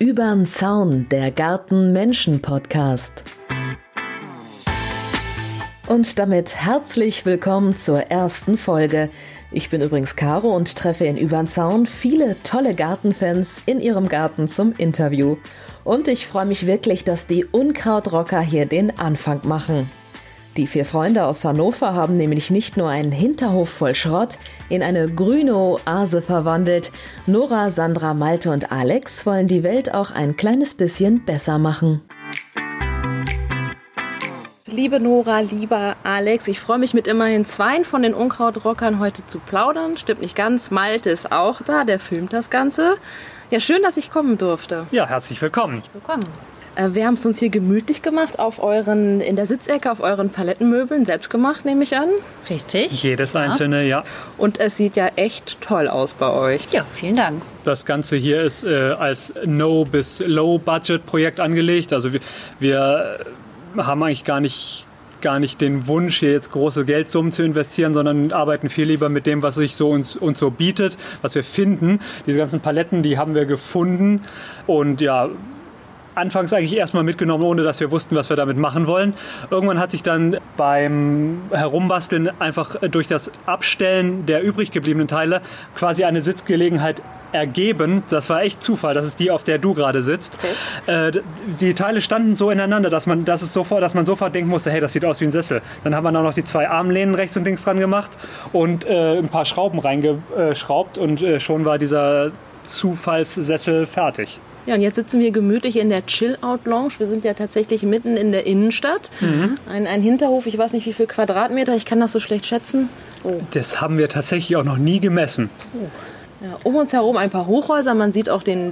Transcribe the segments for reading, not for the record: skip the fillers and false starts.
Übern Zaun, der Garten-Menschen-Podcast. Und damit herzlich willkommen zur ersten Folge. Ich bin übrigens Caro und treffe in Übern Zaun viele tolle Gartenfans in ihrem Garten zum Interview. Und ich freue mich wirklich, dass die Unkrautrocker hier den Anfang machen. Die 4 Freunde aus Hannover haben nämlich nicht nur einen Hinterhof voll Schrott in eine grüne Oase verwandelt. Nora, Sandra, Malte und Alex wollen die Welt auch ein kleines bisschen besser machen. Liebe Nora, lieber Alex, ich freue mich mit immerhin 2 von den Unkrautrockern heute zu plaudern. Stimmt nicht ganz, Malte ist auch da, der filmt das Ganze. Ja, schön, dass ich kommen durfte. Ja, herzlich willkommen. Herzlich willkommen. Wir haben es uns hier gemütlich gemacht in der Sitzecke auf euren Palettenmöbeln, selbst gemacht, nehme ich an. Richtig. Jedes einzelne, ja. Und es sieht ja echt toll aus bei euch. Ja, vielen Dank. Das Ganze hier ist als No- bis Low-Budget-Projekt angelegt. Also wir haben eigentlich gar nicht den Wunsch, hier jetzt große Geldsummen zu investieren, sondern arbeiten viel lieber mit dem, was sich so uns so bietet, was wir finden. Diese ganzen Paletten, die haben wir gefunden und ja, anfangs eigentlich erstmal mitgenommen, ohne dass wir wussten, was wir damit machen wollen. Irgendwann hat sich dann beim Herumbasteln einfach durch das Abstellen der übrig gebliebenen Teile quasi eine Sitzgelegenheit ergeben. Das war echt Zufall. Das ist die, auf der du gerade sitzt. Okay. Die Teile standen so ineinander, dass man sofort denken musste, hey, das sieht aus wie ein Sessel. Dann haben wir da noch die 2 Armlehnen rechts und links dran gemacht und ein paar Schrauben reingeschraubt und schon war dieser Zufallssessel fertig. Ja, und jetzt sitzen wir gemütlich in der Chill-Out-Lounge. Wir sind ja tatsächlich mitten in der Innenstadt. Mhm. Ein Hinterhof, ich weiß nicht wie viel Quadratmeter, ich kann das so schlecht schätzen. Oh. Das haben wir tatsächlich auch noch nie gemessen. Oh. Ja, um uns herum ein paar Hochhäuser, man sieht auch den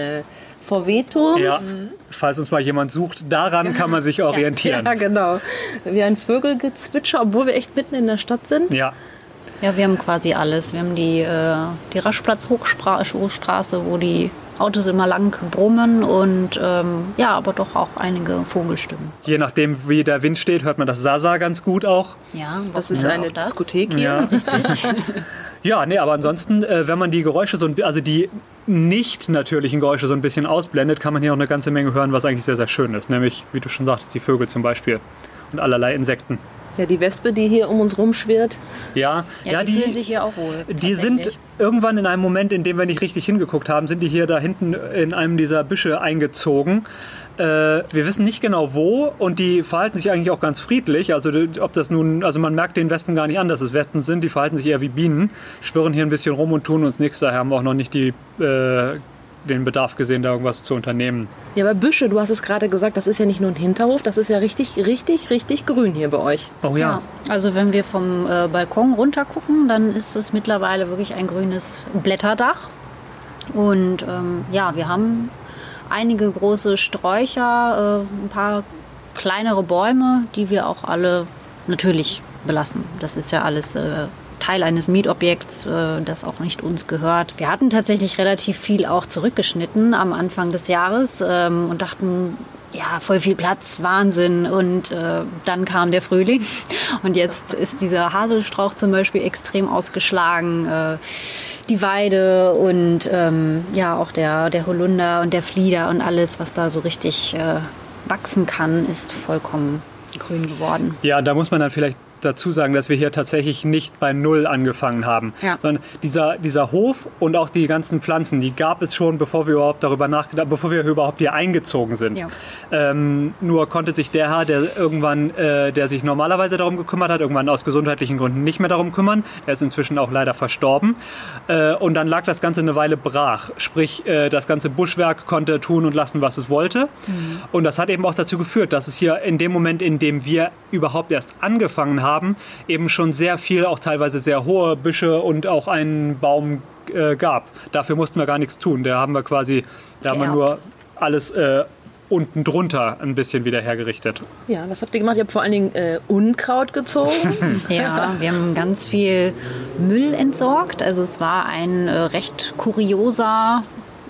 VW-Turm. Ja, falls uns mal jemand sucht, daran kann man sich orientieren. Ja, genau. Wie ein Vögelgezwitscher, obwohl wir echt mitten in der Stadt sind. Ja. Ja, wir haben quasi alles. Wir haben die Raschplatz-Hochstraße, wo die Autos immer lang brummen und aber doch auch einige Vogelstimmen. Je nachdem, wie der Wind steht, hört man das Sasa ganz gut auch. Ja, das ist eine Diskothek hier. Ja. Richtig. Ja, nee, aber ansonsten, wenn man die Geräusche die nicht natürlichen Geräusche so ein bisschen ausblendet, kann man hier auch eine ganze Menge hören, was eigentlich sehr, sehr schön ist. Nämlich, wie du schon sagtest, die Vögel zum Beispiel und allerlei Insekten. Ja, die Wespe, die hier um uns rumschwirrt. Ja, die fühlen sich hier auch wohl. Die sind irgendwann in einem Moment, in dem wir nicht richtig hingeguckt haben, sind die hier da hinten in einem dieser Büsche eingezogen. Wir wissen nicht genau wo und die verhalten sich eigentlich auch ganz friedlich. Also man merkt den Wespen gar nicht an, dass es Wespen sind. Die verhalten sich eher wie Bienen, schwirren hier ein bisschen rum und tun uns nichts. Daher haben wir auch noch nicht den Bedarf gesehen, da irgendwas zu unternehmen. Ja, aber Büsche, du hast es gerade gesagt, das ist ja nicht nur ein Hinterhof, das ist ja richtig, richtig, richtig grün hier bei euch. Oh ja. Also wenn wir vom Balkon runter gucken, dann ist es mittlerweile wirklich ein grünes Blätterdach. Und wir haben einige große Sträucher, ein paar kleinere Bäume, die wir auch alle natürlich belassen. Das ist ja alles Teil eines Mietobjekts, das auch nicht uns gehört. Wir hatten tatsächlich relativ viel auch zurückgeschnitten am Anfang des Jahres und dachten, ja, voll viel Platz, Wahnsinn. Und dann kam der Frühling und jetzt ist dieser Haselstrauch zum Beispiel extrem ausgeschlagen. Die Weide und auch der Holunder und der Flieder und alles, was da so richtig wachsen kann, ist vollkommen grün geworden. Ja, da muss man dann vielleicht dazu sagen, dass wir hier tatsächlich nicht bei Null angefangen haben. Ja. Sondern dieser Hof und auch die ganzen Pflanzen, die gab es schon, bevor wir überhaupt hier eingezogen sind. Ja. Nur konnte sich der Herr, der sich normalerweise darum gekümmert hat, irgendwann aus gesundheitlichen Gründen nicht mehr darum kümmern. Er ist inzwischen auch leider verstorben. Und dann lag das Ganze eine Weile brach. Sprich, das ganze Buschwerk konnte tun und lassen, was es wollte. Mhm. Und das hat eben auch dazu geführt, dass es hier in dem Moment, in dem wir überhaupt erst angefangen haben, eben schon sehr viel, auch teilweise sehr hohe Büsche und auch einen Baum gab. Dafür mussten wir gar nichts tun. Da haben wir nur alles unten drunter ein bisschen wieder hergerichtet. Ja, was habt ihr gemacht? Ihr habt vor allen Dingen Unkraut gezogen. Ja, wir haben ganz viel Müll entsorgt. Also es war ein recht kurioser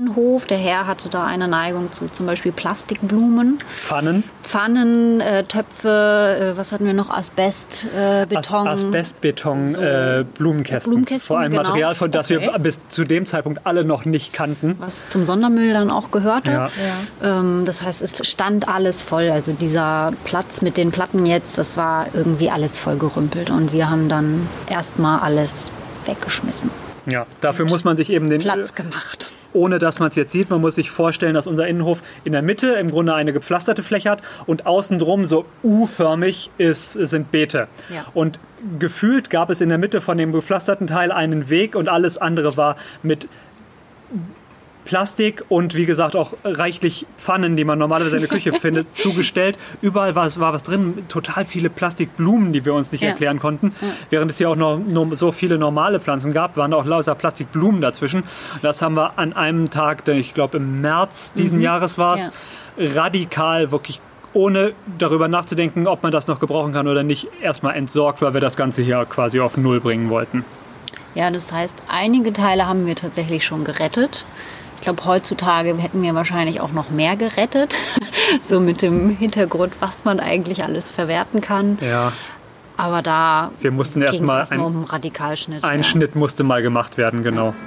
Innenhof. Der Herr hatte da eine Neigung zu zum Beispiel Plastikblumen. Pfannen, Töpfe, was hatten wir noch? Asbest, Beton. Asbestbeton, so, Blumenkästen. Vor allem genau. Material, von das wir bis zu dem Zeitpunkt alle noch nicht kannten. Was zum Sondermüll dann auch gehörte. Ja. Das heißt, es stand alles voll. Also dieser Platz mit den Platten jetzt, das war irgendwie alles voll gerümpelt. Und wir haben dann erstmal alles weggeschmissen. Ja, dafür muss man sich eben den Platz gemacht. Ohne dass man es jetzt sieht, man muss sich vorstellen, dass unser Innenhof in der Mitte im Grunde eine gepflasterte Fläche hat und außen drum so U-förmig sind Beete. Ja. Und gefühlt gab es in der Mitte von dem gepflasterten Teil einen Weg und alles andere war mit Plastik und wie gesagt auch reichlich Pfannen, die man normalerweise in der Küche findet, zugestellt. Überall war was drin, total viele Plastikblumen, die wir uns nicht erklären konnten. Ja. Während es hier auch noch so viele normale Pflanzen gab, waren auch lauter Plastikblumen dazwischen. Das haben wir an einem Tag, ich glaube im März diesen Jahres war es, radikal wirklich ohne darüber nachzudenken, ob man das noch gebrauchen kann oder nicht, erstmal entsorgt, weil wir das Ganze hier quasi auf Null bringen wollten. Ja, das heißt, einige Teile haben wir tatsächlich schon gerettet. Ich glaube, heutzutage hätten wir wahrscheinlich auch noch mehr gerettet. So mit dem Hintergrund, was man eigentlich alles verwerten kann. Ja. Aber da wir mussten erstmal um einen Radikalschnitt. Ein Schnitt musste mal gemacht werden, genau.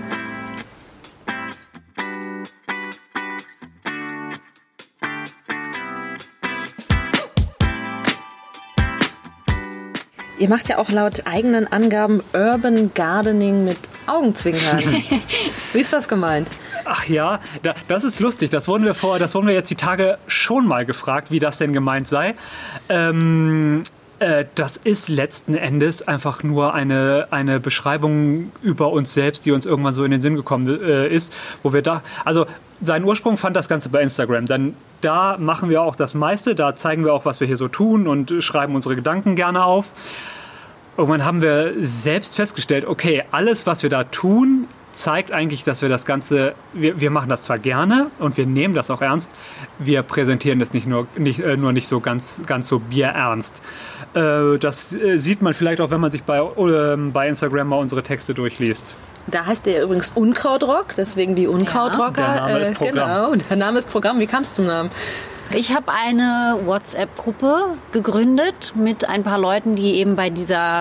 Ihr macht ja auch laut eigenen Angaben Urban Gardening mit Augenzwinkern. Wie ist das gemeint? Ach ja, das ist lustig. Das wurden wir jetzt die Tage schon mal gefragt, wie das denn gemeint sei. Das ist letzten Endes einfach nur eine Beschreibung über uns selbst, die uns irgendwann so in den Sinn gekommen ist, wo wir also seinen Ursprung fand das Ganze bei Instagram. Dann da machen wir auch das meiste, da zeigen wir auch, was wir hier so tun und schreiben unsere Gedanken gerne auf. Irgendwann haben wir selbst festgestellt, okay, alles, was wir da tun, zeigt eigentlich, dass wir das Ganze, wir machen das zwar gerne und wir nehmen das auch ernst, wir präsentieren das nicht so ganz so bierernst. Das sieht man vielleicht auch, wenn man sich bei Instagram mal unsere Texte durchliest. Da heißt der übrigens Unkrautrock, deswegen die Unkrautrocker. Der Name ist Programm. Genau, der Name ist Programm. Wie kam es zum Namen? Ich habe eine WhatsApp-Gruppe gegründet mit ein paar Leuten, die eben bei dieser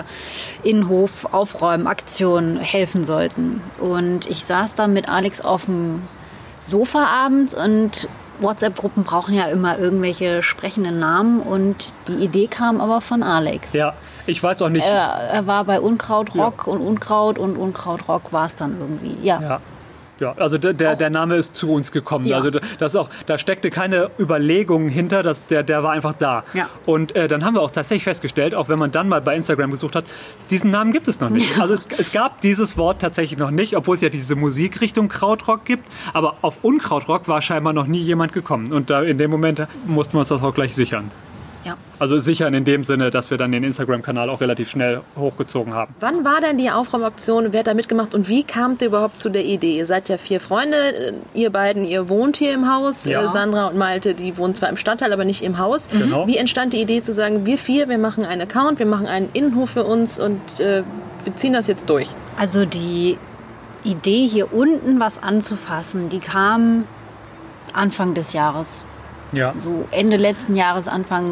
Innenhof-Aufräumaktion helfen sollten. Und ich saß da mit Alex auf dem Sofa abends und WhatsApp-Gruppen brauchen ja immer irgendwelche sprechenden Namen und die Idee kam aber von Alex. Ja, ich weiß auch nicht. Er war bei Unkrautrock und Unkrautrock war es dann irgendwie. Ja. Ja, also der Name ist zu uns gekommen. Ja. Also da steckte keine Überlegung hinter, der war einfach da. Ja. Und dann haben wir auch tatsächlich festgestellt, auch wenn man dann mal bei Instagram gesucht hat, diesen Namen gibt es noch nicht. Also es gab dieses Wort tatsächlich noch nicht, obwohl es ja diese Musikrichtung Krautrock gibt. Aber auf Unkrautrock war scheinbar noch nie jemand gekommen. Und da in dem Moment mussten wir uns das auch gleich sichern. Ja. Also sichern in dem Sinne, dass wir dann den Instagram-Kanal auch relativ schnell hochgezogen haben. Wann war denn die Aufräumaktion? Wer hat da mitgemacht und wie kamt ihr überhaupt zu der Idee? Ihr seid ja 4 Freunde, ihr beiden, ihr wohnt hier im Haus. Ja. Sandra und Malte, die wohnen zwar im Stadtteil, aber nicht im Haus. Genau. Wie entstand die Idee zu sagen, wir machen einen Account, wir machen einen Innenhof für uns und wir ziehen das jetzt durch? Also die Idee, hier unten was anzufassen, die kam Anfang des Jahres. Ja. So Ende letzten Jahres, Anfang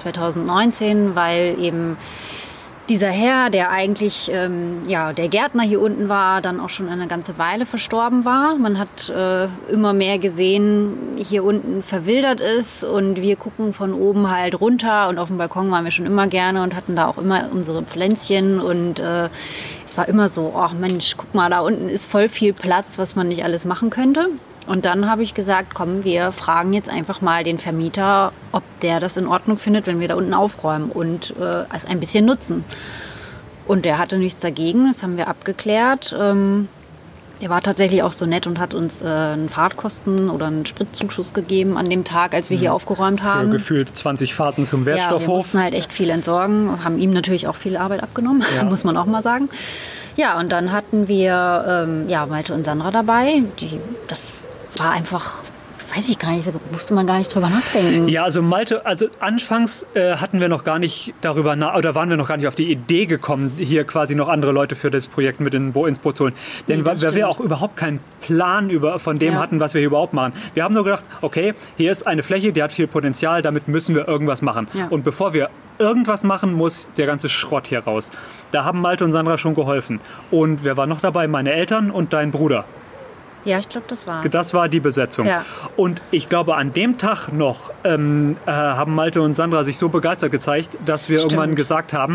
2019, weil eben dieser Herr, der eigentlich der Gärtner hier unten war, dann auch schon eine ganze Weile verstorben war. Man hat immer mehr gesehen, hier unten verwildert ist und wir gucken von oben halt runter und auf dem Balkon waren wir schon immer gerne und hatten da auch immer unsere Pflänzchen und es war immer so, ach Mensch, guck mal, da unten ist voll viel Platz, was man nicht alles machen könnte. Und dann habe ich gesagt, komm, wir fragen jetzt einfach mal den Vermieter, ob der das in Ordnung findet, wenn wir da unten aufräumen und es ein bisschen nutzen. Und der hatte nichts dagegen, das haben wir abgeklärt. Der war tatsächlich auch so nett und hat uns einen Fahrtkosten oder einen Spritzuschuss gegeben an dem Tag, als wir hier aufgeräumt haben. Für gefühlt 20 Fahrten zum Wertstoffhof. Ja, wir mussten halt echt viel entsorgen, haben ihm natürlich auch viel Arbeit abgenommen, muss man auch mal sagen. Ja, und dann hatten wir Malte und Sandra dabei. Das war einfach weiß ich gar nicht, da musste man gar nicht drüber nachdenken. Ja, also Malte, also anfangs hatten wir noch gar nicht oder waren wir noch gar nicht auf die Idee gekommen, hier quasi noch andere Leute für das Projekt mit ins Boot zu holen. Denn weil wir auch überhaupt keinen Plan von dem hatten, was wir hier überhaupt machen. Wir haben nur gedacht, okay, hier ist eine Fläche, die hat viel Potenzial, damit müssen wir irgendwas machen. Ja. Und bevor wir irgendwas machen, muss der ganze Schrott hier raus. Da haben Malte und Sandra schon geholfen. Und wer war noch dabei? Meine Eltern und dein Bruder. Ja, ich glaube, das war. Das war die Besetzung. Ja. Und ich glaube, an dem Tag noch haben Malte und Sandra sich so begeistert gezeigt, dass wir irgendwann gesagt haben,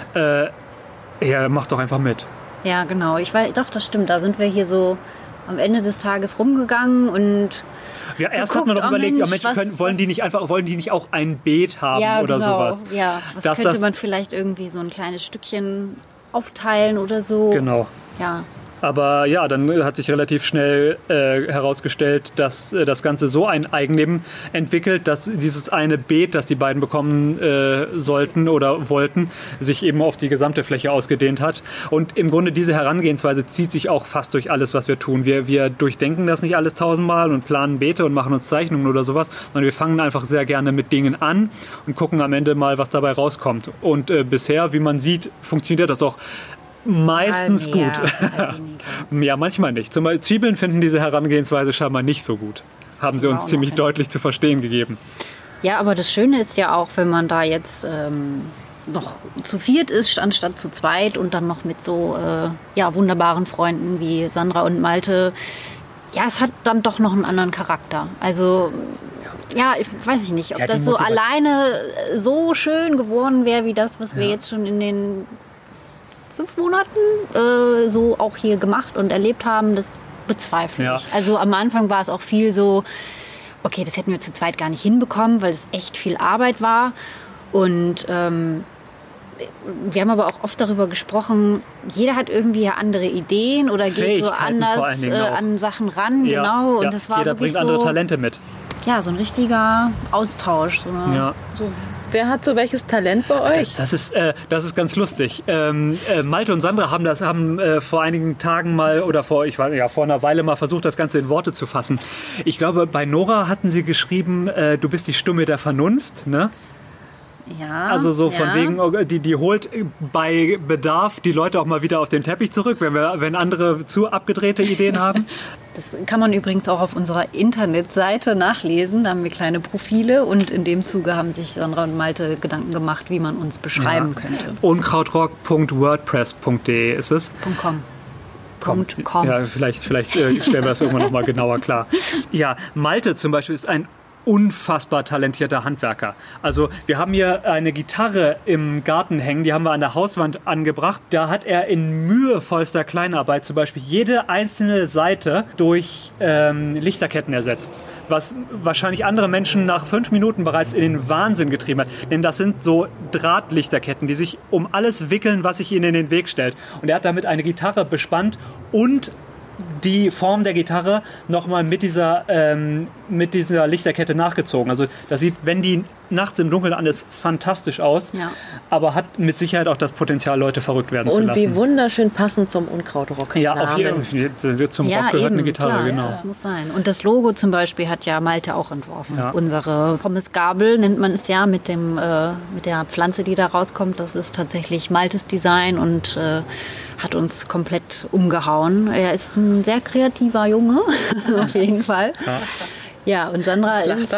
mach doch einfach mit. Ja, genau. Doch, das stimmt. Da sind wir hier so am Ende des Tages rumgegangen und ja, erst hat man noch überlegt, wollen die nicht auch ein Beet haben oder sowas? Ja, könnte man vielleicht irgendwie so ein kleines Stückchen aufteilen oder so. Genau. Ja. Aber ja, dann hat sich relativ schnell herausgestellt, dass das Ganze so ein Eigenleben entwickelt, dass dieses eine Beet, das die beiden bekommen sollten oder wollten, sich eben auf die gesamte Fläche ausgedehnt hat. Und im Grunde diese Herangehensweise zieht sich auch fast durch alles, was wir tun. Wir durchdenken das nicht alles tausendmal und planen Beete und machen uns Zeichnungen oder sowas, sondern wir fangen einfach sehr gerne mit Dingen an und gucken am Ende mal, was dabei rauskommt. Und bisher, wie man sieht, funktioniert das auch meistens gut. Ja, manchmal nicht. Zum Beispiel Zwiebeln finden diese Herangehensweise scheinbar nicht so gut. Das haben sie uns ziemlich deutlich zu verstehen gegeben. Ja, aber das Schöne ist ja auch, wenn man da jetzt noch zu viert ist, anstatt zu zweit und dann noch mit so wunderbaren Freunden wie Sandra und Malte. Ja, es hat dann doch noch einen anderen Charakter. Also ich weiß nicht, ob das so alleine so schön geworden wäre, wie das, was wir jetzt schon in den 5 Monaten so auch hier gemacht und erlebt haben, das bezweifle ich. Also am Anfang war es auch viel so, okay, das hätten wir zu zweit gar nicht hinbekommen, weil es echt viel Arbeit war. Und wir haben aber auch oft darüber gesprochen, jeder hat irgendwie andere Ideen oder geht so anders an Sachen ran. Ja, genau. Und das war jeder bringt andere Talente mit. Ja, so ein richtiger Austausch. So. Wer hat so welches Talent bei euch? Das ist ganz lustig. Malte und Sandra haben vor einigen Tagen mal oder vor einer Weile mal versucht, das Ganze in Worte zu fassen. Ich glaube, bei Nora hatten sie geschrieben, du bist die Stimme der Vernunft, ne? Ja. Also so von wegen, die holt bei Bedarf die Leute auch mal wieder auf den Teppich zurück, wenn andere zu abgedrehte Ideen haben. Das kann man übrigens auch auf unserer Internetseite nachlesen. Da haben wir kleine Profile und in dem Zuge haben sich Sandra und Malte Gedanken gemacht, wie man uns beschreiben könnte. Unkrautrock.wordpress.de ist es. .com. Ja, vielleicht stellen wir das irgendwann noch mal genauer klar. Ja, Malte zum Beispiel ist ein unfassbar talentierter Handwerker. Also wir haben hier eine Gitarre im Garten hängen, die haben wir an der Hauswand angebracht. Da hat er in mühevollster Kleinarbeit zum Beispiel jede einzelne Seite durch Lichterketten ersetzt. Was wahrscheinlich andere Menschen nach 5 Minuten bereits in den Wahnsinn getrieben hat. Denn das sind so Drahtlichterketten, die sich um alles wickeln, was sich ihnen in den Weg stellt. Und er hat damit eine Gitarre bespannt und die Form der Gitarre nochmal mit dieser Lichterkette nachgezogen. Also das sieht, wenn die nachts im Dunkeln an ist, fantastisch aus, aber hat mit Sicherheit auch das Potenzial, Leute verrückt werden zu lassen. Und wie wunderschön passend zum Unkrautrock. Ja, auf jeden Fall. Zum Rock gehört eine Gitarre, klar, genau. Ja, das muss sein. Und das Logo zum Beispiel hat ja Malte auch entworfen. Ja. Unsere Pommesgabel nennt man es ja mit der Pflanze, die da rauskommt. Das ist tatsächlich Maltes Design und hat uns komplett umgehauen. Er ist ein sehr kreativer Junge, auf jeden Fall. Ja, und Sandra ist...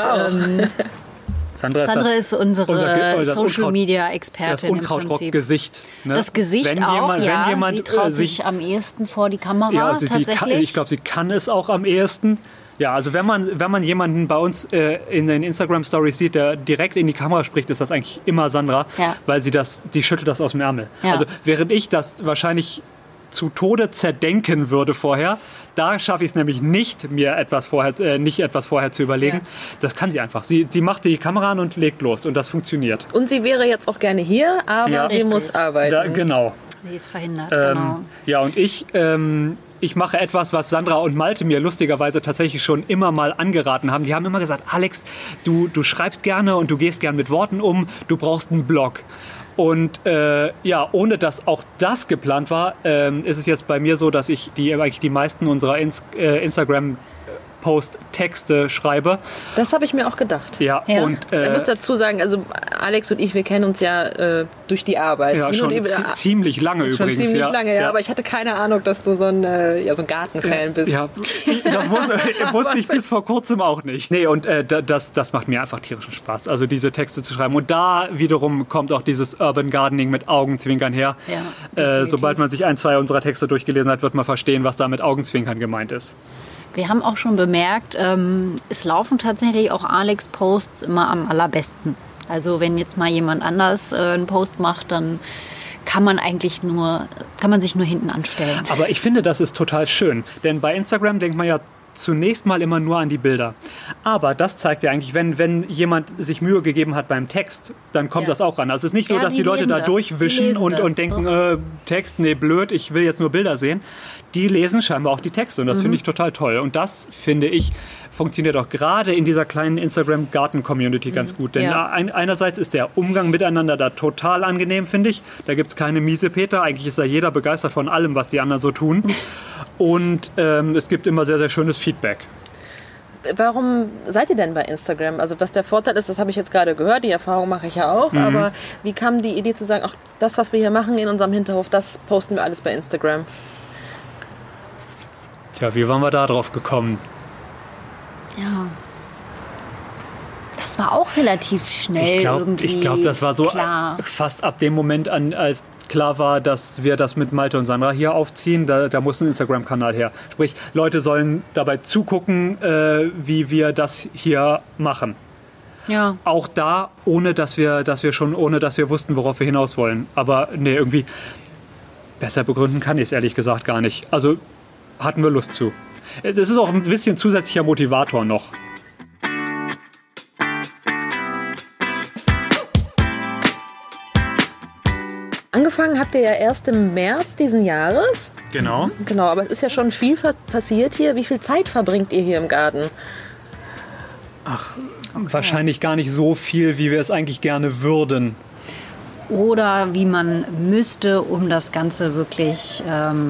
Sandra ist unsere Social-Media-Expertin im Prinzip. Das Gesicht. Ne? Das Gesicht sie traut sich am ehesten vor die Kamera, tatsächlich. Ich glaube, sie kann es auch am ehesten. Ja, also wenn man jemanden bei uns in den Instagram-Stories sieht, der direkt in die Kamera spricht, ist das eigentlich immer Sandra, weil sie schüttelt das aus dem Ärmel. Ja. Also während ich das wahrscheinlich zu Tode zerdenken würde vorher, da schaffe ich es nämlich nicht, mir etwas vorher zu überlegen. Ja. Das kann sie einfach. Sie macht die Kamera an und legt los und das funktioniert. Und sie wäre jetzt auch gerne hier, aber sie muss arbeiten. Genau. Sie ist verhindert, genau. Ja, und ich mache etwas, was Sandra und Malte mir lustigerweise tatsächlich schon immer mal angeraten haben. Die haben immer gesagt, Alex, du schreibst gerne und du gehst gern mit Worten um, du brauchst einen Blog. Und ohne dass auch das geplant war, ist es jetzt bei mir so, dass ich eigentlich die meisten unserer Instagram Post-Texte schreibe. Das habe ich mir auch gedacht. Ja. Und ich muss dazu sagen, also Alex und ich, wir kennen uns ja durch die Arbeit. Ja, schon ziemlich lange übrigens. Schon ziemlich lange, ja. Aber ich hatte keine Ahnung, dass du so ein Gartenfan bist. Ja, das wusste ich bis vor kurzem auch nicht. Nee, und das macht mir einfach tierischen Spaß, also diese Texte zu schreiben. Und da wiederum kommt auch dieses Urban Gardening mit Augenzwinkern her. Ja, sobald man sich 1, 2 unserer Texte durchgelesen hat, wird man verstehen, was da mit Augenzwinkern gemeint ist. Wir haben auch schon bemerkt, es laufen tatsächlich auch Alex-Posts immer am allerbesten. Also wenn jetzt mal jemand anders einen Post macht, dann kann man sich nur hinten anstellen. Aber ich finde, das ist total schön. Denn bei Instagram denkt man ja zunächst mal immer nur an die Bilder. Aber das zeigt ja eigentlich, wenn jemand sich Mühe gegeben hat beim Text, dann kommt das auch ran. Also es ist nicht so, dass die Leute da durchwischen und denken, Text, nee, blöd, ich will jetzt nur Bilder sehen. Die lesen scheinbar auch die Texte und das finde ich total toll. Und das, finde ich, funktioniert auch gerade in dieser kleinen Instagram-Garten-Community ganz gut. Denn einerseits ist der Umgang miteinander da total angenehm, finde ich. Da gibt es keine Miesepeter. Eigentlich ist da jeder begeistert von allem, was die anderen so tun. Und es gibt immer sehr, sehr schönes Feedback. Warum seid ihr denn bei Instagram? Also was der Vorteil ist, das habe ich jetzt gerade gehört, die Erfahrung mache ich ja auch. Aber wie kam die Idee zu sagen, auch das, was wir hier machen in unserem Hinterhof, das posten wir alles bei Instagram? Tja, wie waren wir da drauf gekommen? Ja, das war auch relativ schnell irgendwie. Ich glaube, das war so klar. Fast ab dem Moment an, als klar war, dass wir das mit Malte und Sandra hier aufziehen. Da muss ein Instagram-Kanal her. Sprich, Leute sollen dabei zugucken, wie wir das hier machen. Ja. Auch da, ohne dass wir wussten, worauf wir hinaus wollen. Aber nee, irgendwie besser begründen kann ich es ehrlich gesagt gar nicht. Also hatten wir Lust zu. Es ist auch ein bisschen zusätzlicher Motivator noch. Angefangen habt ihr ja erst im März diesen Jahres. Genau. Genau, aber es ist ja schon viel passiert hier. Wie viel Zeit verbringt ihr hier im Garten? Wahrscheinlich gar nicht so viel, wie wir es eigentlich gerne würden. Oder wie man müsste, um das Ganze wirklich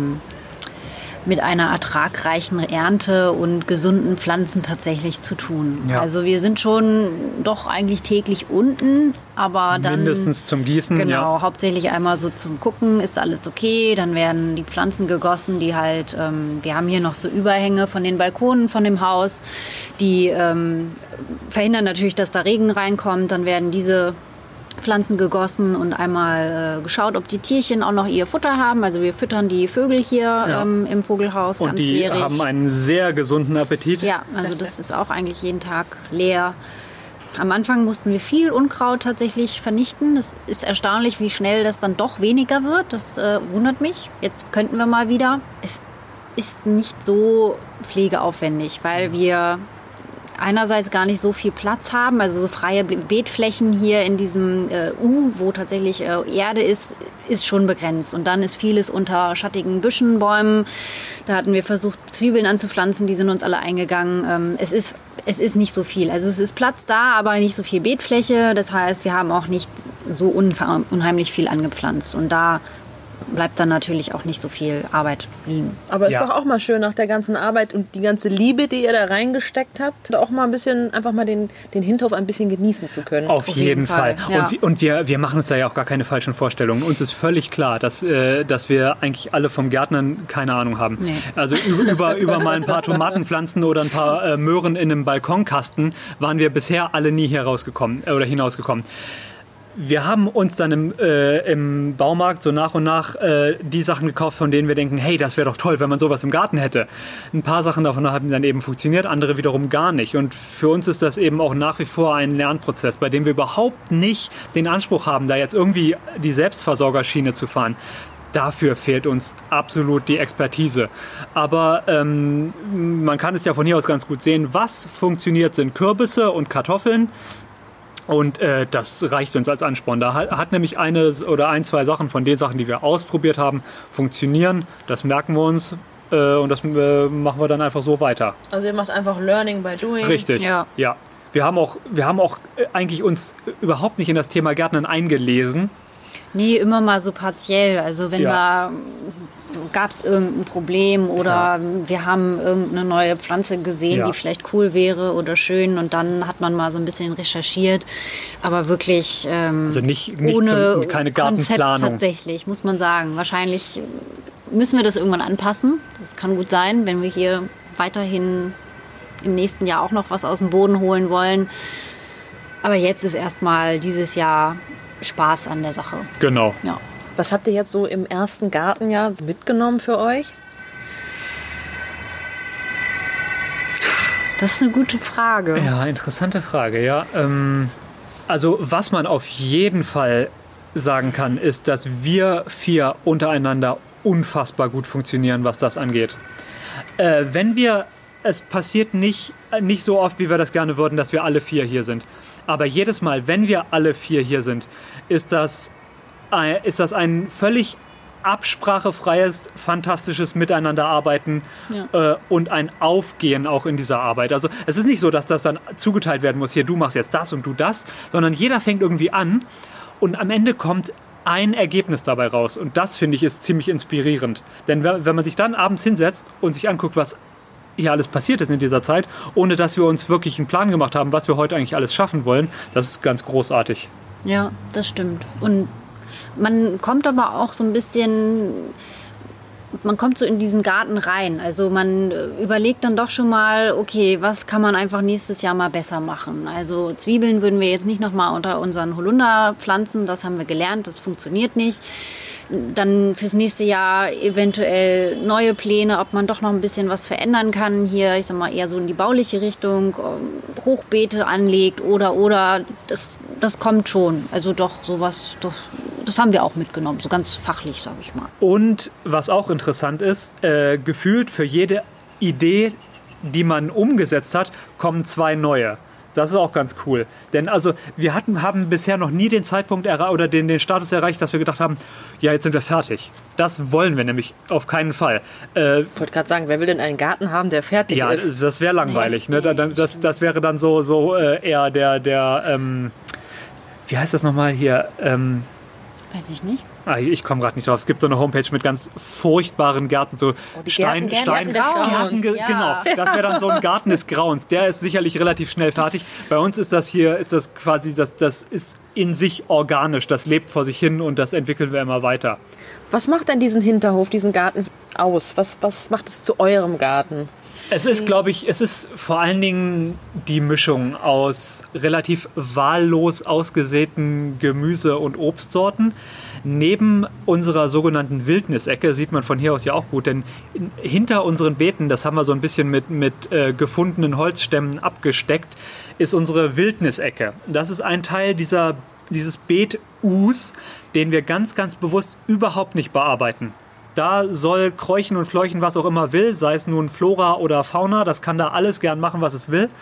mit einer ertragreichen Ernte und gesunden Pflanzen tatsächlich zu tun. Ja. Also wir sind schon doch eigentlich täglich unten, aber dann... Mindestens zum Gießen, Genau, hauptsächlich einmal so zum Gucken, ist alles okay. Dann werden die Pflanzen gegossen, die halt... wir haben hier noch so Überhänge von den Balkonen von dem Haus, die verhindern natürlich, dass da Regen reinkommt. Dann werden diese Pflanzen gegossen und einmal geschaut, ob die Tierchen auch noch ihr Futter haben. Also wir füttern die Vögel hier im Vogelhaus und ganzjährig. Und die haben einen sehr gesunden Appetit. Ja, also das ist auch eigentlich jeden Tag leer. Am Anfang mussten wir viel Unkraut tatsächlich vernichten. Es ist erstaunlich, wie schnell das dann doch weniger wird. Das wundert mich. Jetzt könnten wir mal wieder. Es ist nicht so pflegeaufwendig, weil wir einerseits gar nicht so viel Platz haben, also so freie Beetflächen hier in diesem wo tatsächlich Erde ist schon begrenzt. Und dann ist vieles unter schattigen Büschen, Bäumen. Da hatten wir versucht, Zwiebeln anzupflanzen, die sind uns alle eingegangen. Es ist nicht so viel. Also es ist Platz da, aber nicht so viel Beetfläche. Das heißt, wir haben auch nicht so unheimlich viel angepflanzt. Und da bleibt dann natürlich auch nicht so viel Arbeit liegen. Aber ist doch auch mal schön nach der ganzen Arbeit und die ganze Liebe, die ihr da reingesteckt habt, auch mal ein bisschen, einfach mal den Hinterhof ein bisschen genießen zu können. Auf jeden Fall. Ja. Und wir machen uns da ja auch gar keine falschen Vorstellungen. Uns ist völlig klar, dass wir eigentlich alle vom Gärtnern keine Ahnung haben. Nee. Also über mal ein paar Tomatenpflanzen oder ein paar Möhren in einem Balkonkasten waren wir bisher alle nie hier rausgekommen oder hinausgekommen. Wir haben uns dann im Baumarkt so nach und nach die Sachen gekauft, von denen wir denken, hey, das wäre doch toll, wenn man sowas im Garten hätte. Ein paar Sachen davon haben dann eben funktioniert, andere wiederum gar nicht. Und für uns ist das eben auch nach wie vor ein Lernprozess, bei dem wir überhaupt nicht den Anspruch haben, da jetzt irgendwie die Selbstversorgerschiene zu fahren. Dafür fehlt uns absolut die Expertise. Aber man kann es ja von hier aus ganz gut sehen, was funktioniert, sind Kürbisse und Kartoffeln. Und das reicht uns als Ansporn. Da hat nämlich ein, zwei Sachen von den Sachen, die wir ausprobiert haben, funktionieren. Das merken wir uns und das machen wir dann einfach so weiter. Also ihr macht einfach Learning by Doing. Richtig, ja. Wir haben auch eigentlich uns überhaupt nicht in das Thema Gärtnern eingelesen. Nee, immer mal so partiell. Also wenn wir gab es irgendein Problem oder wir haben irgendeine neue Pflanze gesehen, die vielleicht cool wäre oder schön und dann hat man mal so ein bisschen recherchiert, aber wirklich also nicht ohne keine Konzept Gartenplanung. tatsächlich, muss man sagen. Wahrscheinlich müssen wir das irgendwann anpassen. Das kann gut sein, wenn wir hier weiterhin im nächsten Jahr auch noch was aus dem Boden holen wollen. Aber jetzt ist erstmal dieses Jahr Spaß an der Sache. Genau. Ja. Was habt ihr jetzt so im ersten Gartenjahr mitgenommen für euch? Das ist eine gute Frage. Ja, interessante Frage, ja. Also was man auf jeden Fall sagen kann, ist, dass wir 4 untereinander unfassbar gut funktionieren, was das angeht. Es passiert nicht so oft, wie wir das gerne würden, dass wir alle 4 hier sind. Aber jedes Mal, wenn wir alle 4 hier sind, ist das ein völlig absprachefreies, fantastisches Miteinanderarbeiten und ein Aufgehen auch in dieser Arbeit. Also es ist nicht so, dass das dann zugeteilt werden muss, hier du machst jetzt das und du das, sondern jeder fängt irgendwie an und am Ende kommt ein Ergebnis dabei raus. Und das, finde ich, ist ziemlich inspirierend. Denn wenn man sich dann abends hinsetzt und sich anguckt, was hier alles passiert ist in dieser Zeit, ohne dass wir uns wirklich einen Plan gemacht haben, was wir heute eigentlich alles schaffen wollen, das ist ganz großartig. Ja, das stimmt. Und man kommt aber auch so ein bisschen, man kommt so in diesen Garten rein. Also man überlegt dann doch schon mal, okay, was kann man einfach nächstes Jahr mal besser machen? Also Zwiebeln würden wir jetzt nicht nochmal unter unseren Holunder pflanzen, das haben wir gelernt, das funktioniert nicht. Dann fürs nächste Jahr eventuell neue Pläne, ob man doch noch ein bisschen was verändern kann. Hier, ich sag mal, eher so in die bauliche Richtung, Hochbeete anlegt oder. Das kommt schon. Also doch sowas, das haben wir auch mitgenommen, so ganz fachlich, sage ich mal. Und was auch interessant ist, gefühlt für jede Idee, die man umgesetzt hat, kommen 2 neue. Das ist auch ganz cool. Denn also wir haben bisher noch nie den Zeitpunkt oder den Status erreicht, dass wir gedacht haben, ja, jetzt sind wir fertig. Das wollen wir nämlich auf keinen Fall. Ich wollte gerade sagen, wer will denn einen Garten haben, der fertig ist? Ja, das wäre langweilig. Ne? Das wäre dann so eher der wie heißt das nochmal hier? Weiß ich nicht. Ich komme gerade nicht drauf. Es gibt so eine Homepage mit ganz furchtbaren Gärten, so Gärten des Grauens. Genau. Das wäre dann so ein Garten des Grauens. Der ist sicherlich relativ schnell fertig. Bei uns ist das quasi, das ist in sich organisch. Das lebt vor sich hin und das entwickeln wir immer weiter. Was macht denn diesen Hinterhof, diesen Garten aus? Was macht es zu eurem Garten? Es ist, glaube ich, vor allen Dingen die Mischung aus relativ wahllos ausgesäten Gemüse- und Obstsorten. Neben unserer sogenannten Wildnisecke sieht man von hier aus ja auch gut, denn hinter unseren Beeten, das haben wir so ein bisschen mit gefundenen Holzstämmen abgesteckt, ist unsere Wildnisecke. Das ist ein Teil dieses Beet-Us, den wir ganz, ganz bewusst überhaupt nicht bearbeiten. Da soll kräuchen und fleuchen, was auch immer will, sei es nun Flora oder Fauna, das kann da alles gern machen, was es will.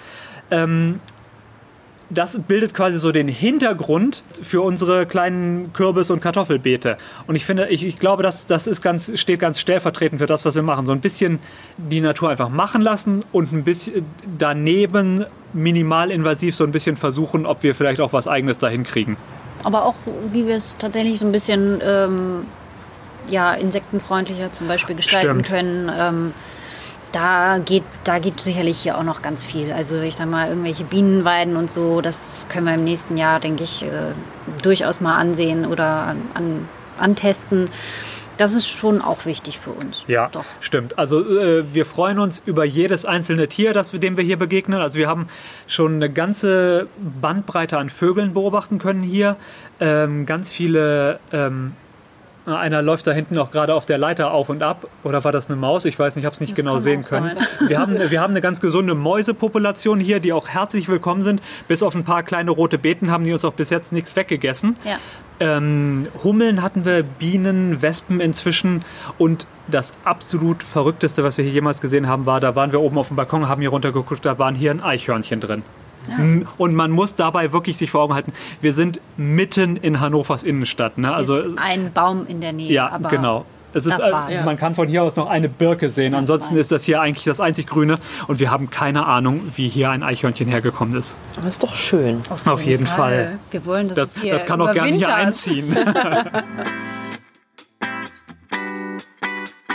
Das bildet quasi so den Hintergrund für unsere kleinen Kürbis- und Kartoffelbeete. Und ich glaube, das steht ganz stellvertretend für das, was wir machen. So ein bisschen die Natur einfach machen lassen und ein bisschen daneben minimalinvasiv so ein bisschen versuchen, ob wir vielleicht auch was Eigenes dahin kriegen. Aber auch, wie wir es tatsächlich so ein bisschen insektenfreundlicher zum Beispiel gestalten können. Da geht sicherlich hier auch noch ganz viel. Also ich sag mal, irgendwelche Bienenweiden und so, das können wir im nächsten Jahr, denke ich, durchaus mal ansehen oder antesten. Das ist schon auch wichtig für uns. Ja, doch. Stimmt. Also wir freuen uns über jedes einzelne Tier, dem wir hier begegnen. Also wir haben schon eine ganze Bandbreite an Vögeln beobachten können hier. Ganz viele... einer läuft da hinten auch gerade auf der Leiter auf und ab. Oder war das eine Maus? Ich weiß nicht, ich habe es nicht genau sehen können. Wir haben eine ganz gesunde Mäusepopulation hier, die auch herzlich willkommen sind. Bis auf ein paar kleine rote Beeten haben die uns auch bis jetzt nichts weggegessen. Ja. Hummeln hatten wir, Bienen, Wespen inzwischen. Und das absolut Verrückteste, was wir hier jemals gesehen haben, da waren wir oben auf dem Balkon, haben hier runtergeguckt, da waren hier ein Eichhörnchen drin. Ja. Und man muss dabei wirklich sich vor Augen halten, wir sind mitten in Hannovers Innenstadt. Ne? Also ist ein Baum in der Nähe. Ja, aber genau. Man kann von hier aus noch eine Birke sehen. Ganz Ansonsten ist das hier eigentlich das einzig Grüne. Und wir haben keine Ahnung, wie hier ein Eichhörnchen hergekommen ist. Aber ist doch schön. Auf jeden Fall. Wir wollen das hier das kann auch gerne hier einziehen.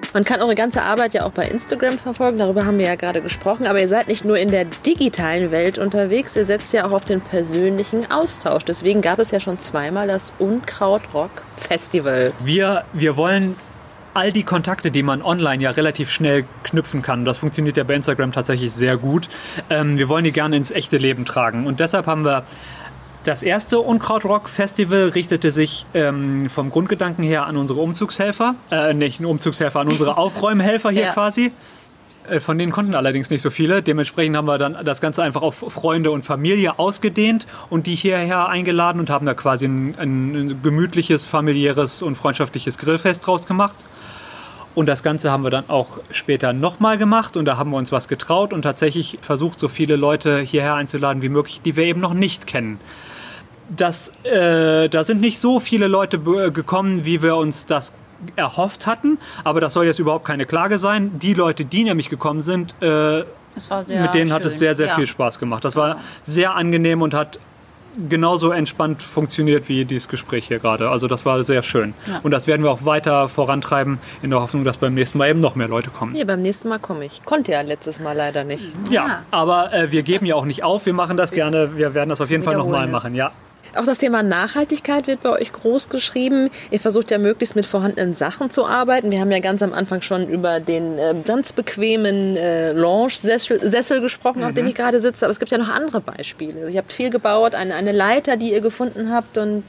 Man kann eure ganze Arbeit ja auch bei Instagram verfolgen, darüber haben wir ja gerade gesprochen, aber ihr seid nicht nur in der digitalen Welt unterwegs, ihr setzt ja auch auf den persönlichen Austausch. Deswegen gab es ja schon zweimal das Unkrautrock Festival. Wir wollen all die Kontakte, die man online ja relativ schnell knüpfen kann, das funktioniert ja bei Instagram tatsächlich sehr gut, wir wollen die gerne ins echte Leben tragen. Und deshalb haben wir das erste Unkrautrock-Festival richtete sich vom Grundgedanken her an unsere Umzugshelfer, nicht Umzugshelfer, an unsere Aufräumhelfer hier quasi. Von denen konnten allerdings nicht so viele. Dementsprechend haben wir dann das Ganze einfach auf Freunde und Familie ausgedehnt und die hierher eingeladen und haben da quasi ein gemütliches, familiäres und freundschaftliches Grillfest draus gemacht. Und das Ganze haben wir dann auch später nochmal gemacht und da haben wir uns was getraut und tatsächlich versucht, so viele Leute hierher einzuladen wie möglich, die wir eben noch nicht kennen. Da sind nicht so viele Leute gekommen, wie wir uns das erhofft hatten, aber das soll jetzt überhaupt keine Klage sein. Die Leute, die nämlich gekommen sind, mit denen hat es sehr, sehr viel Spaß gemacht. Das war sehr angenehm und hat genauso entspannt funktioniert wie dieses Gespräch hier gerade. Also das war sehr schön. Ja. Und das werden wir auch weiter vorantreiben, in der Hoffnung, dass beim nächsten Mal eben noch mehr Leute kommen. Ja, beim nächsten Mal komme ich. Konnte ja letztes Mal leider nicht. Ja, aber wir geben ja auch nicht auf. Wir machen das gerne. Wir werden das auf jeden Fall nochmal machen. Ja. Auch das Thema Nachhaltigkeit wird bei euch groß geschrieben. Ihr versucht ja möglichst mit vorhandenen Sachen zu arbeiten. Wir haben ja ganz am Anfang schon über den ganz bequemen Lounge-Sessel gesprochen, auf dem ich gerade sitze. Aber es gibt ja noch andere Beispiele. Ihr habt viel gebaut, eine Leiter, die ihr gefunden habt. Und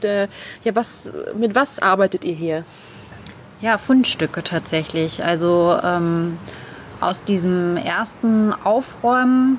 mit was arbeitet ihr hier? Ja, Fundstücke tatsächlich. Also aus diesem ersten Aufräumen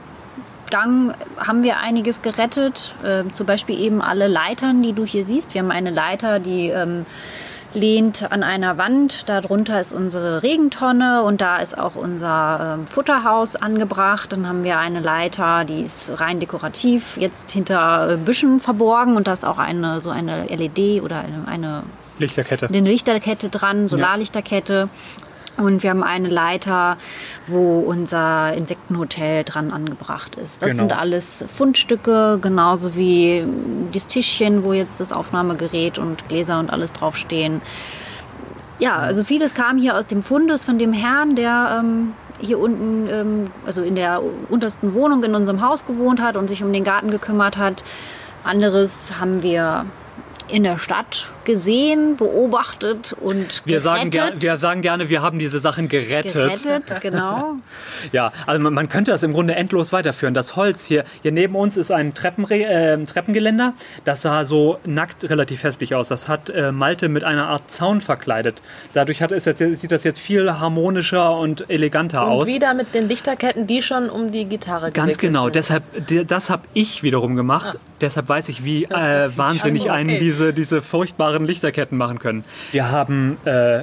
haben wir einiges gerettet, zum Beispiel eben alle Leitern, die du hier siehst. Wir haben eine Leiter, die lehnt an einer Wand, darunter ist unsere Regentonne und da ist auch unser Futterhaus angebracht. Dann haben wir eine Leiter, die ist rein dekorativ, jetzt hinter Büschen verborgen und da ist auch eine LED oder eine Lichterkette dran, Solarlichterkette. Und wir haben eine Leiter, wo unser Insektenhotel dran angebracht ist. Das sind alles Fundstücke, genauso wie das Tischchen, wo jetzt das Aufnahmegerät und Gläser und alles draufstehen. Ja, also vieles kam hier aus dem Fundus von dem Herrn, der hier unten, also in der untersten Wohnung in unserem Haus gewohnt hat und sich um den Garten gekümmert hat. Anderes haben wir in der Stadt gesehen, beobachtet und gerettet. Wir sagen gerne, wir haben diese Sachen gerettet. Gerettet, genau. Ja, also man könnte das im Grunde endlos weiterführen. Das Holz hier neben uns ist ein Treppengeländer. Das sah so nackt relativ hässlich aus. Das hat Malte mit einer Art Zaun verkleidet. Dadurch sieht das jetzt viel harmonischer und eleganter aus. Und wieder mit den Lichterketten, die schon um die Gitarre Ganz genau. sind. Deshalb, das habe ich wiederum gemacht. Deshalb weiß ich, wie wahnsinnig diese furchtbaren Lichterketten machen können. Wir haben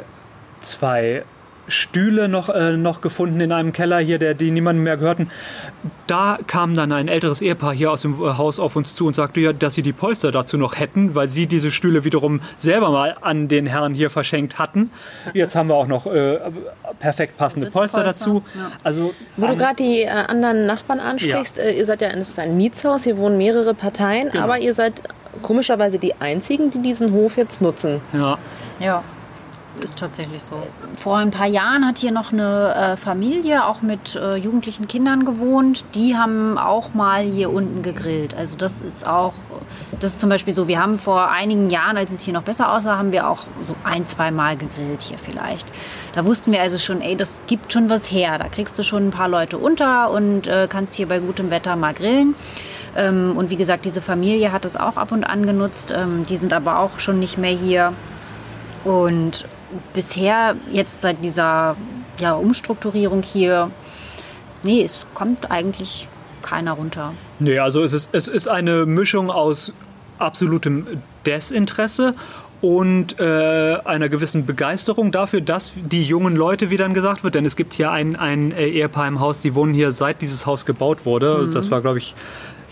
2 Stühle noch gefunden in einem Keller hier, die niemandem mehr gehörten. Da kam dann ein älteres Ehepaar hier aus dem Haus auf uns zu und sagte, ja, dass sie die Polster dazu noch hätten, weil sie diese Stühle wiederum selber mal an den Herrn hier verschenkt hatten. Jetzt haben wir auch noch perfekt passende Polster dazu. Ja. Also, wo du gerade die anderen Nachbarn ansprichst, ihr seid ja, es ist ein Mietshaus, hier wohnen mehrere Parteien, aber ihr seid komischerweise die Einzigen, die diesen Hof jetzt nutzen. Ja. Ist tatsächlich so. Vor ein paar Jahren hat hier noch eine Familie, auch mit jugendlichen Kindern gewohnt. Die haben auch mal hier unten gegrillt. Also das ist zum Beispiel so, wir haben vor einigen Jahren, als es hier noch besser aussah, haben wir auch so 1-2 Mal gegrillt hier vielleicht. Da wussten wir also schon, das gibt schon was her. Da kriegst du schon ein paar Leute unter und kannst hier bei gutem Wetter mal grillen. Und wie gesagt, diese Familie hat es auch ab und an genutzt. Die sind aber auch schon nicht mehr hier. Und bisher, jetzt seit dieser Umstrukturierung hier, es kommt eigentlich keiner runter. Nee, also es ist eine Mischung aus absolutem Desinteresse und einer gewissen Begeisterung dafür, dass die jungen Leute, wie dann gesagt wird, denn es gibt hier ein Ehepaar im Haus, die wohnen hier, seit dieses Haus gebaut wurde. Mhm. Das war, glaube ich,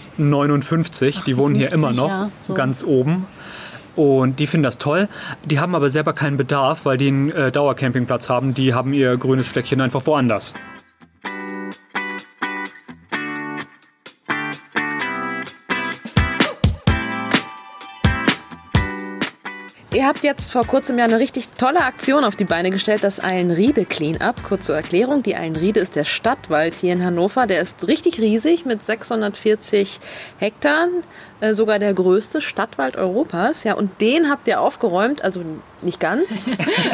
59. Die wohnen hier immer noch, ganz oben. Und die finden das toll. Die haben aber selber keinen Bedarf, weil die einen Dauercampingplatz haben. Die haben ihr grünes Fleckchen einfach woanders. Ihr habt jetzt vor kurzem ja eine richtig tolle Aktion auf die Beine gestellt, das Eilenriede Cleanup. Kurz zur Erklärung, die Eilenriede ist der Stadtwald hier in Hannover. Der ist richtig riesig mit 640 Hektar, sogar der größte Stadtwald Europas. Ja, und den habt ihr aufgeräumt, also nicht ganz,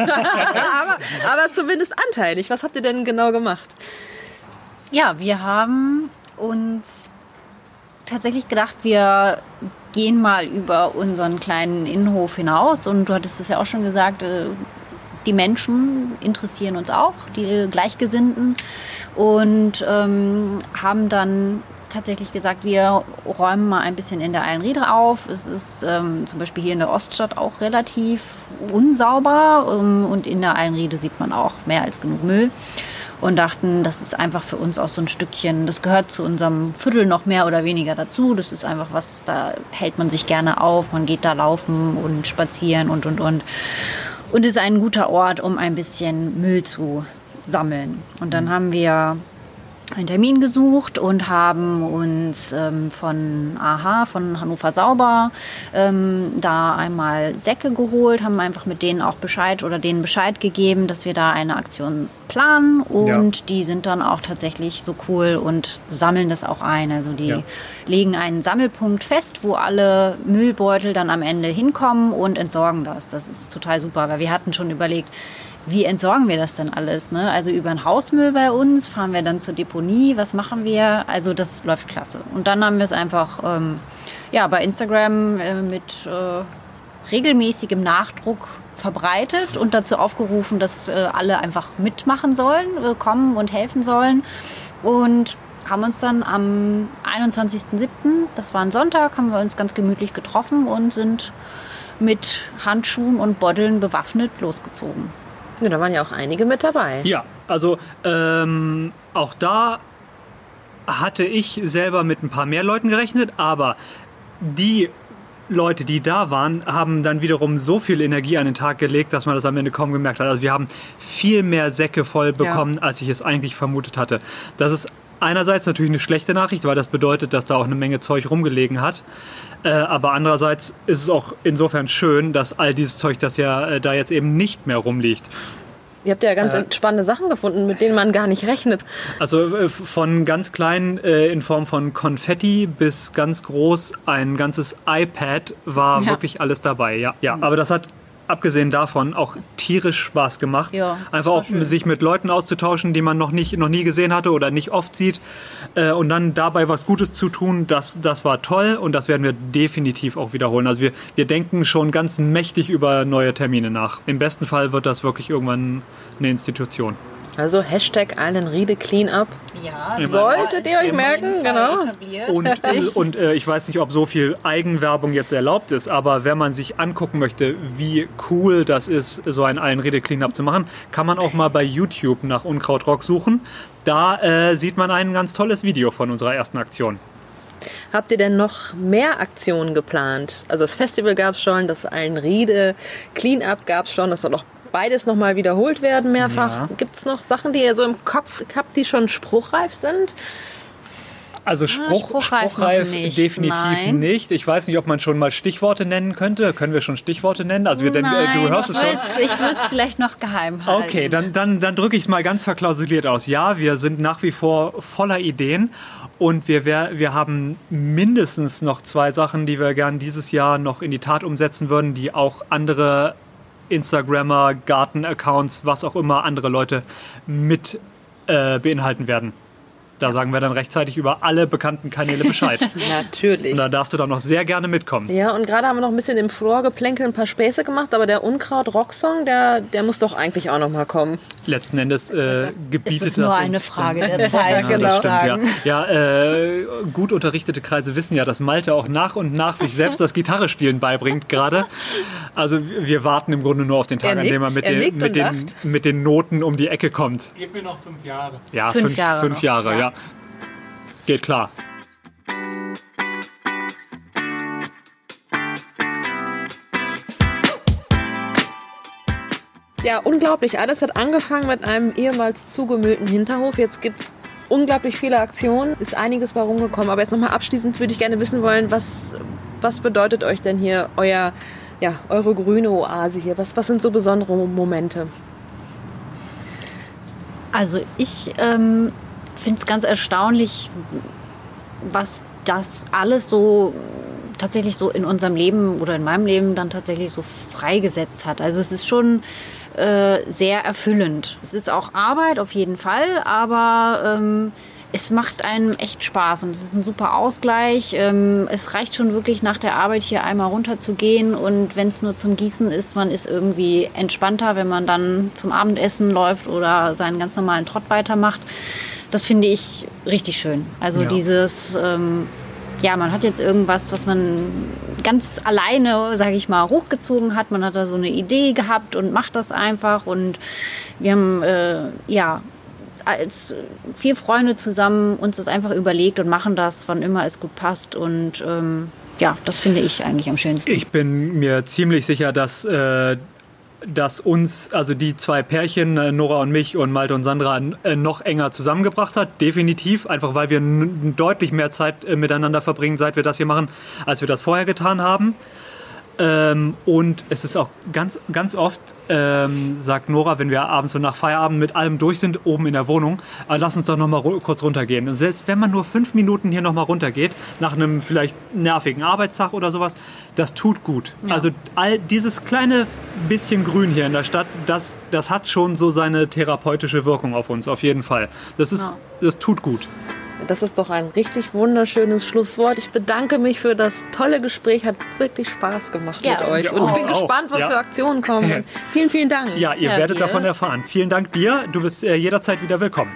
aber zumindest anteilig. Was habt ihr denn genau gemacht? Ja, wir haben uns tatsächlich gedacht, wir gehen mal über unseren kleinen Innenhof hinaus. Und du hattest es ja auch schon gesagt, die Menschen interessieren uns auch, die Gleichgesinnten. Und haben dann tatsächlich gesagt, wir räumen mal ein bisschen in der Eilenriede auf. Es ist zum Beispiel hier in der Oststadt auch relativ unsauber. Und in der Eilenriede sieht man auch mehr als genug Müll. Und dachten, das ist einfach für uns auch so ein Stückchen, das gehört zu unserem Viertel noch mehr oder weniger dazu. Das ist einfach was, da hält man sich gerne auf, man geht da laufen und spazieren und. Und ist ein guter Ort, um ein bisschen Müll zu sammeln. Und dann haben wir einen Termin gesucht und haben uns von Hannover Sauber, da einmal Säcke geholt, haben einfach mit denen auch denen Bescheid gegeben, dass wir da eine Aktion planen und die sind dann auch tatsächlich so cool und sammeln das auch ein. Also die legen einen Sammelpunkt fest, wo alle Müllbeutel dann am Ende hinkommen und entsorgen das. Das ist total super, weil wir hatten schon überlegt, wie entsorgen wir das denn alles? Ne? Also über den Hausmüll bei uns, fahren wir dann zur Deponie, was machen wir? Also das läuft klasse. Und dann haben wir es einfach bei Instagram mit regelmäßigem Nachdruck verbreitet und dazu aufgerufen, dass alle einfach mitmachen sollen, kommen und helfen sollen. Und haben uns dann am 21.07., das war ein Sonntag, haben wir uns ganz gemütlich getroffen und sind mit Handschuhen und Boddeln bewaffnet losgezogen. Ja, da waren ja auch einige mit dabei. Ja, also auch da hatte ich selber mit ein paar mehr Leuten gerechnet, aber die Leute, die da waren, haben dann wiederum so viel Energie an den Tag gelegt, dass man das am Ende kaum gemerkt hat. Also wir haben viel mehr Säcke voll bekommen, als ich es eigentlich vermutet hatte. Das ist einerseits natürlich eine schlechte Nachricht, weil das bedeutet, dass da auch eine Menge Zeug rumgelegen hat. Aber andererseits ist es auch insofern schön, dass all dieses Zeug, das ja da jetzt eben nicht mehr rumliegt. Ihr habt ja ganz spannende Sachen gefunden, mit denen man gar nicht rechnet. Also von ganz klein in Form von Konfetti bis ganz groß ein ganzes iPad war wirklich alles dabei. Ja, aber das hat abgesehen davon auch tierisch Spaß gemacht. Ja, einfach auch sich mit Leuten auszutauschen, die man noch nie gesehen hatte oder nicht oft sieht. Und dann dabei was Gutes zu tun, das war toll und das werden wir definitiv auch wiederholen. Also wir denken schon ganz mächtig über neue Termine nach. Im besten Fall wird das wirklich irgendwann eine Institution. Also Hashtag Eilenriede Cleanup. Ja, solltet ihr euch merken, genau. Und ich weiß nicht, ob so viel Eigenwerbung jetzt erlaubt ist, aber wenn man sich angucken möchte, wie cool das ist, so ein Eilenriede Cleanup zu machen, kann man auch mal bei YouTube nach Unkrautrock suchen. Da sieht man ein ganz tolles Video von unserer ersten Aktion. Habt ihr denn noch mehr Aktionen geplant? Also das Festival gab es schon, das Eilenriede Cleanup gab es schon, das soll auch beides nochmal wiederholt werden, mehrfach. Ja. Gibt es noch Sachen, die ihr so im Kopf habt, die schon spruchreif sind? Also spruchreif definitiv nicht. Ich weiß nicht, ob man schon mal Stichworte nennen könnte. Können wir schon Stichworte nennen? Also du hörst es schon. Ich würde es vielleicht noch geheim halten. Okay, dann drücke ich es mal ganz verklausuliert aus. Ja, wir sind nach wie vor voller Ideen und wir haben mindestens noch 2 Sachen, die wir gern dieses Jahr noch in die Tat umsetzen würden, die auch andere Instagrammer, Garten-Accounts, was auch immer andere Leute mit beinhalten werden. Da sagen wir dann rechtzeitig über alle bekannten Kanäle Bescheid. Natürlich. Und da darfst du dann noch sehr gerne mitkommen. Ja, und gerade haben wir noch ein bisschen im Vorgeplänkel ein paar Späße gemacht, aber der Unkraut-Rock-Song, der muss doch eigentlich auch noch mal kommen. Letzten Endes gebietet das. Es ist nur eine Frage der Zeit, ja, das stimmt, ja, gut unterrichtete Kreise wissen ja, dass Malte auch nach und nach sich selbst das Gitarrespielen beibringt gerade. Also wir warten im Grunde nur auf den Tag, an dem er mit den Noten um die Ecke kommt. Gib mir noch 5 Jahre. Ja, 5 Jahre, ja. Geht klar. Ja, unglaublich. Alles hat angefangen mit einem ehemals zugemüllten Hinterhof. Jetzt gibt es unglaublich viele Aktionen. Ist einiges bei rumgekommen. Aber jetzt nochmal abschließend würde ich gerne wissen wollen, was bedeutet euch denn hier euer eure grüne Oase hier? Was sind so besondere Momente? Also ich finde es ganz erstaunlich, was das alles so tatsächlich so in unserem Leben oder in meinem Leben dann tatsächlich so freigesetzt hat. Also es ist schon sehr erfüllend. Es ist auch Arbeit auf jeden Fall, aber es macht einem echt Spaß und es ist ein super Ausgleich. Es reicht schon wirklich nach der Arbeit hier einmal runter zu gehen und wenn es nur zum Gießen ist, man ist irgendwie entspannter, wenn man dann zum Abendessen läuft oder seinen ganz normalen Trott weitermacht. Das finde ich richtig schön. Also dieses, man hat jetzt irgendwas, was man ganz alleine, sage ich mal, hochgezogen hat. Man hat da so eine Idee gehabt und macht das einfach und wir haben, als 4 Freunde zusammen uns das einfach überlegt und machen das, wann immer es gut passt. Und das finde ich eigentlich am schönsten. Ich bin mir ziemlich sicher, dass uns, also die 2 Pärchen, Nora und mich und Malte und Sandra, noch enger zusammengebracht hat. Definitiv, einfach weil wir deutlich mehr Zeit miteinander verbringen, seit wir das hier machen, als wir das vorher getan haben. Und es ist auch ganz, ganz oft, sagt Nora, wenn wir abends so nach Feierabend mit allem durch sind, oben in der Wohnung, lass uns doch noch mal kurz runtergehen. Und selbst wenn man nur 5 Minuten hier noch mal runtergeht, nach einem vielleicht nervigen Arbeitstag oder sowas, das tut gut. Ja. Also all dieses kleine bisschen Grün hier in der Stadt, das hat schon so seine therapeutische Wirkung auf uns, auf jeden Fall. Das tut gut. Das ist doch ein richtig wunderschönes Schlusswort. Ich bedanke mich für das tolle Gespräch. Hat wirklich Spaß gemacht mit euch. Und ich bin gespannt, was für Aktionen kommen. Vielen, vielen Dank. Ja, ihr werdet davon erfahren. Vielen Dank dir. Du bist jederzeit wieder willkommen.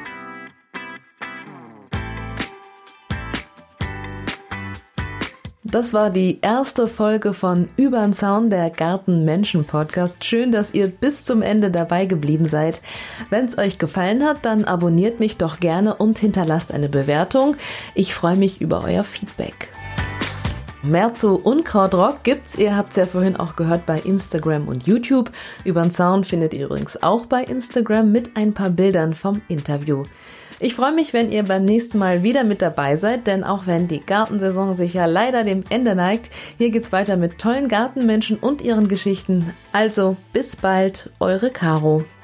Das war die erste Folge von Übern Zaun, der Garten-Menschen-Podcast. Schön, dass ihr bis zum Ende dabei geblieben seid. Wenn es euch gefallen hat, dann abonniert mich doch gerne und hinterlasst eine Bewertung. Ich freue mich über euer Feedback. Mehr zu Unkrautrock gibt's, ihr habt's ja vorhin auch gehört, bei Instagram und YouTube. Übern Zaun findet ihr übrigens auch bei Instagram mit ein paar Bildern vom Interview. Ich freue mich, wenn ihr beim nächsten Mal wieder mit dabei seid, denn auch wenn die Gartensaison sich ja leider dem Ende neigt, hier geht's weiter mit tollen Gartenmenschen und ihren Geschichten. Also bis bald, eure Caro.